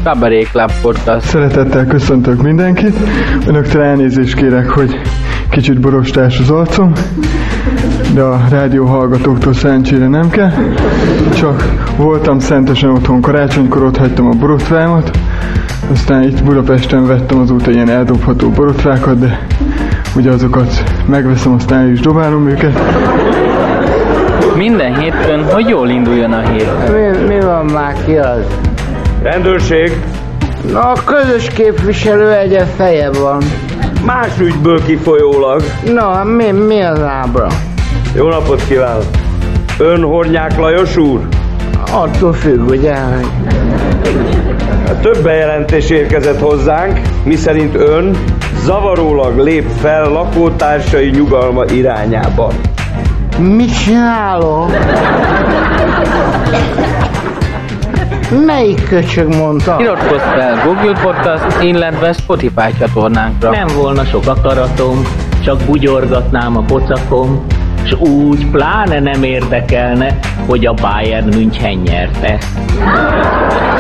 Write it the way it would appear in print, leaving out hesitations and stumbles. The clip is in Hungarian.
Cabaret Club Podcast. Szeretettel köszöntök mindenkit. Önöktől elnézést kérek, hogy kicsit borostás az arcom, de a rádió hallgatóktól szerencsére nem kell. Csak voltam szentesen otthon karácsonykor, ott hagytam a borotvámat, aztán itt Budapesten vettem azóta ilyen eldobható borotvákat, de ugye azokat megveszem, aztán el is dobálom őket. Minden hétfőn, hogy jól induljon a hét. Mi van már, ki az? Rendőrség. Na, a közös képviselő egyen feje van. Más ügyből kifolyólag. Na, mi az ábra? Jó napot kívánok. Ön Hornyák Lajos úr? Attól függ, ugye? Több bejelentés érkezett hozzánk, miszerint ön zavarólag lép fel lakótársai nyugalma irányába. Mit csinálok? Melyik köcsög mondta? Iratkozz fel Google Podcast, illetve Spotify csatornánkra. Nem volna sok akaratom, csak bugyorgatnám a pocakom, s úgy pláne nem érdekelne, hogy a Bayern München nyerte.